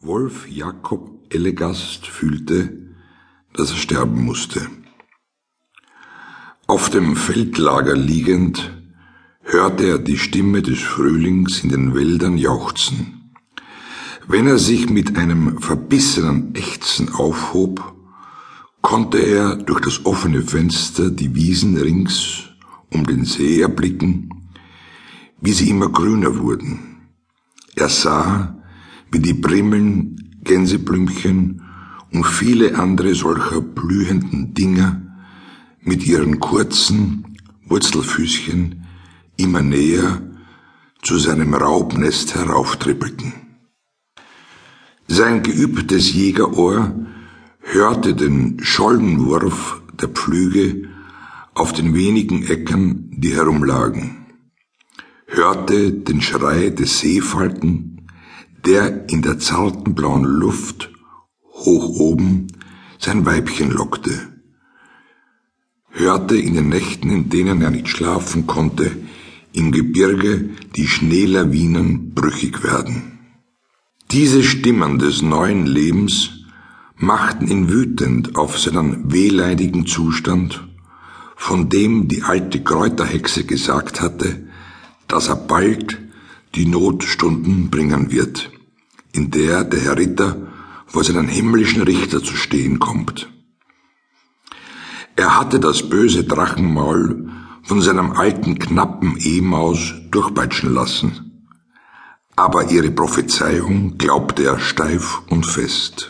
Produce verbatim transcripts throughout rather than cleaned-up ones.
Wolf Jakob Ellegast fühlte, dass er sterben musste. Auf dem Feldlager liegend hörte er die Stimme des Frühlings in den Wäldern jauchzen. Wenn er sich mit einem verbissenen Ächzen aufhob, konnte er durch das offene Fenster die Wiesen rings um den See erblicken, wie sie immer grüner wurden. Er sah, wie die Brimmeln, Gänseblümchen und viele andere solcher blühenden Dinger mit ihren kurzen Wurzelfüßchen immer näher zu seinem Raubnest herauftrippelten. Sein geübtes Jägerohr hörte den Schollenwurf der Pflüge auf den wenigen Äckern, die herumlagen, hörte den Schrei des Seefalken, der in der zarten blauen Luft hoch oben sein Weibchen lockte, hörte in den Nächten, in denen er nicht schlafen konnte, im Gebirge die Schneelawinen brüchig werden. Diese Stimmen des neuen Lebens machten ihn wütend auf seinen wehleidigen Zustand, von dem die alte Kräuterhexe gesagt hatte, dass er bald die Notstunden bringen wird, in der der Herr Ritter vor seinen himmlischen Richter zu stehen kommt. Er hatte das böse Drachenmaul von seinem alten Knappen Emaus durchpeitschen lassen, aber ihre Prophezeiung glaubte er steif und fest.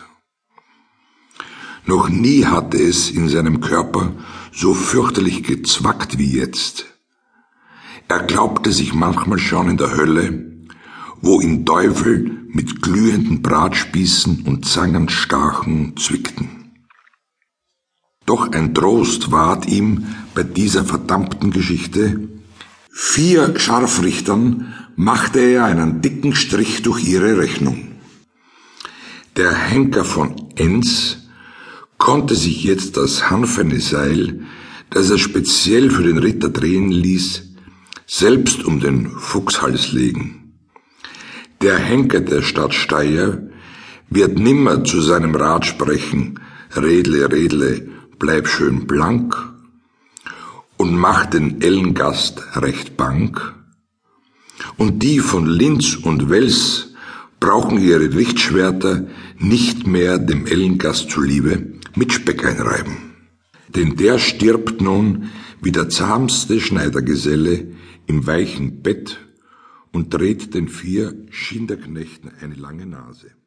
Noch nie hatte es in seinem Körper so fürchterlich gezwackt wie jetzt. Er glaubte sich manchmal schon in der Hölle, wo ihn Teufel mit glühenden Bratspießen und Zangenstachen zwickten. Doch ein Trost ward ihm bei dieser verdammten Geschichte: Vier Scharfrichtern machte er einen dicken Strich durch ihre Rechnung. Der Henker von Enns konnte sich jetzt das hanfene Seil, das er speziell für den Ritter drehen ließ, selbst um den Fuchshals legen. Der Henker der Stadt Steyr wird nimmer zu seinem Rat sprechen, Redle, Redle, bleib schön blank, und macht den Ellengast recht bang. Und die von Linz und Wels brauchen ihre Richtschwerter nicht mehr dem Ellengast zuliebe mit Speck einreiben. Denn der stirbt nun wie der zahmste Schneidergeselle im weichen Bett und dreht den vier Schinderknechten eine lange Nase.